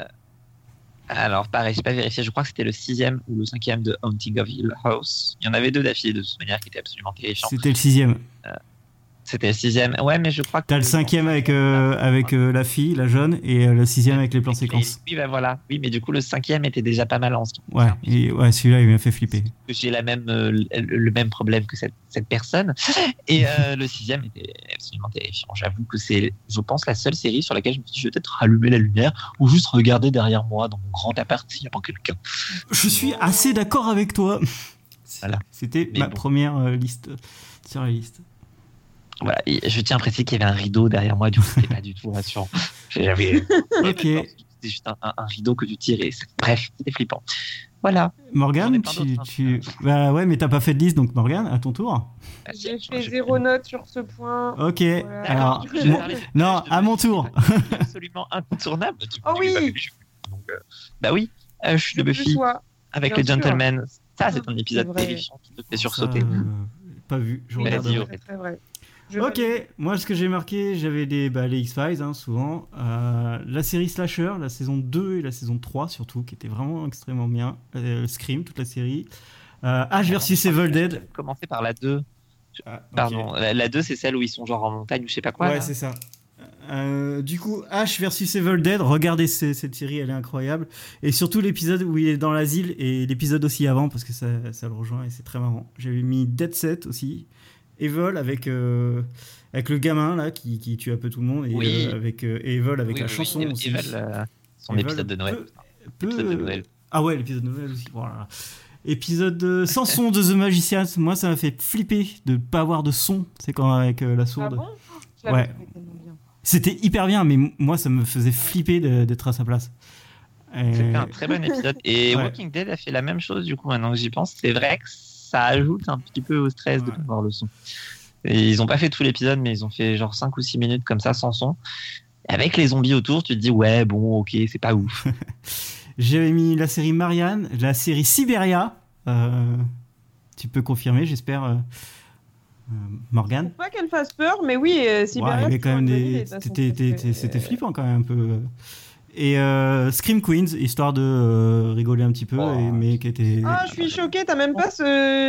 Alors pareil, j'ai pas vérifié, je crois que c'était le 6e ou le 5e de Haunting of Hill House. Il y en avait 2 d'affilée de toute manière qui étaient absolument terrifiants. C'était le 6e. C'était le 6e. Ouais, mais je crois que... T'as le 5e avec la fille, la jeune, et le 6e avec les plans séquences. Oui, bah voilà. Oui, mais du coup, le 5e était déjà pas mal en ce qui ouais, celui-là, il m'a fait flipper. J'ai le même problème que cette personne. Et le 6e était absolument terrifiant. J'avoue que c'est, je pense, la seule série sur laquelle je me suis dit, je vais peut-être rallumer la lumière ou juste regarder derrière moi dans mon grand appart s'il y a quelqu'un. Je suis assez d'accord avec toi. Voilà. C'était ma première liste sur la liste. Voilà, et je tiens à préciser qu'il y avait un rideau derrière moi, du coup c'était pas du tout rassurant. J'avais ok. C'était juste un rideau que tu tirais. Bref, c'était flippant. Voilà. Morgane, bah ouais, mais t'as pas fait de liste, donc Morgane, à ton tour. J'ai fait 0 note sur ce point. Ok. Voilà. Alors, non, à mon tour. Absolument incontournable. Oh oui. Donc, bah oui, je suis de Buffy avec bien les Gentlemen. Ça, c'est un épisode terrifiant qui te fait sursauter. Pas vu. Je regarde. C'est vrai. Ok, moi ce que j'ai marqué, j'avais les X-Files, hein, souvent. La série Slasher, la saison 2 et la saison 3 surtout, qui était vraiment extrêmement bien. Scream, toute la série. Ash vs Evil Dead. Commencer par la 2. Pardon, la 2 c'est celle où ils sont genre en montagne ou je sais pas quoi. Ouais, là. c'est ça. Du coup, Ash versus Evil Dead, regardez cette série, elle est incroyable. Et surtout l'épisode où il est dans l'asile et l'épisode aussi avant, parce que ça le rejoint et c'est très marrant. J'avais mis Dead Set aussi, Evil avec le gamin là qui tue un peu tout le monde, et avec Evil avec la chanson aussi. Evil, son épisode de Noël. Épisode de Noël. Ah ouais, l'épisode de Noël aussi. Voilà. Épisode sans son de The Magicians, moi ça m'a fait flipper de ne pas avoir de son, c'est quand avec la sourde. Ah bon? Ouais. C'était hyper bien, mais moi ça me faisait flipper d'être à sa place. C'était un très bon épisode. Et Walking Dead a fait la même chose, du coup, maintenant que j'y pense. C'est vrai que ça ajoute un petit peu au stress de ne pas avoir le son. Et ils n'ont pas fait tout l'épisode, mais ils ont fait genre 5 ou 6 minutes comme ça, sans son. Et avec les zombies autour, tu te dis, ouais, bon, ok, c'est pas ouf. J'avais mis la série Marianne, la série Siberia. Tu peux confirmer, j'espère, Morgane. Faut pas qu'elle fasse peur, mais oui, Siberia. Il y avait quand même c'était flippant quand même un peu. Et Scream Queens, histoire de rigoler un petit peu, mais qui était. Ah, je suis choquée, t'as même pas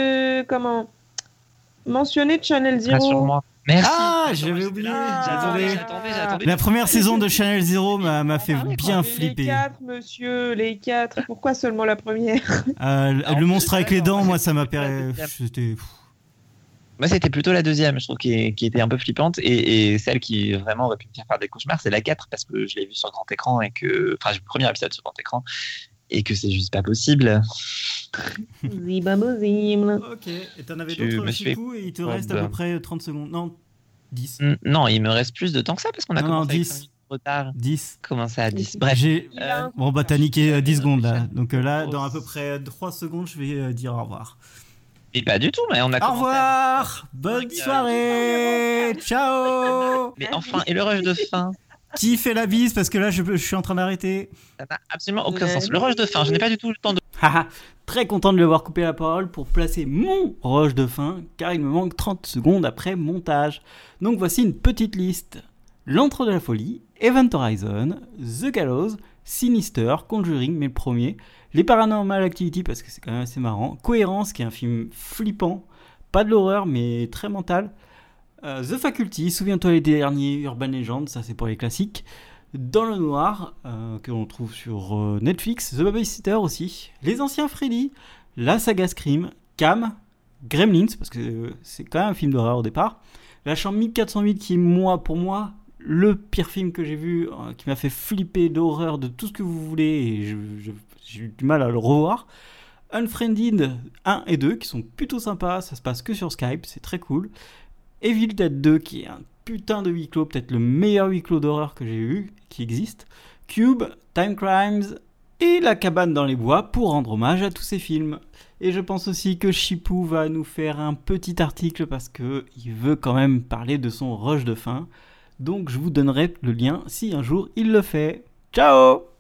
mentionné Channel Zero. Rassure-moi. Merci. Ah, j'avais oublié. J'attendais. La première saison de Channel Zero m'a fait bien flipper. Les 4, monsieur, les 4. Pourquoi seulement la première? Le monstre avec les dents, moi, ça m'a perdu. Moi, c'était plutôt la deuxième, je trouve, qui était un peu flippante. Et celle qui vraiment aurait pu me faire des cauchemars, c'est la 4, parce que je l'ai vue sur grand écran et que. Enfin, j'ai vu le premier épisode sur grand écran et que c'est juste pas possible. C'est pas possible. Ok, et t'en avais d'autres, Chipou, et il te reste à peu près 30 secondes. Non, 10. Non, il me reste plus de temps que ça, parce qu'on a commencé avec 5 minutes de retard. 10. Comment ça, 10? Bref. Bon, bah, t'as niqué 10 secondes, là. Donc là, dans à peu près 3 secondes, je vais dire au revoir. Et pas du tout, mais on a commencé. Au revoir! Bonne soirée! Ciao! Mais enfin, et le rush de fin? Qui fait la bise? Parce que là, je suis en train d'arrêter. Ça n'a absolument aucun sens. Le rush de fin, je n'ai pas du tout le temps de. Très content de lui avoir coupé la parole pour placer mon rush de fin, car il me manque 30 secondes après montage. Donc voici une petite liste. L'Antre de la Folie, Event Horizon, The Gallows, Sinister, Conjuring, mais le premier, Les Paranormal Activity, parce que c'est quand même assez marrant, Cohérence, qui est un film flippant, pas de l'horreur, mais très mental, The Faculty, Souviens-toi les derniers, Urban Legend, ça c'est pour les classiques, Dans le Noir, que l'on trouve sur Netflix, The Babysitter aussi, Les Anciens Freddy, la saga Scream, Cam, Gremlins, parce que c'est quand même un film d'horreur au départ, La Chambre 1408, qui est pour moi, le pire film que j'ai vu, qui m'a fait flipper d'horreur, de tout ce que vous voulez, et j'ai eu du mal à le revoir. Unfriended 1 et 2, qui sont plutôt sympas, ça se passe que sur Skype, c'est très cool. Evil Dead 2, qui est un putain de huis clos, peut-être le meilleur huis clos d'horreur que j'ai eu, qui existe. Cube, Time Crimes et La Cabane dans les Bois, pour rendre hommage à tous ces films. Et je pense aussi que Chipou va nous faire un petit article, parce qu'il veut quand même parler de son rush de fin. Donc je vous donnerai le lien si un jour il le fait. Ciao!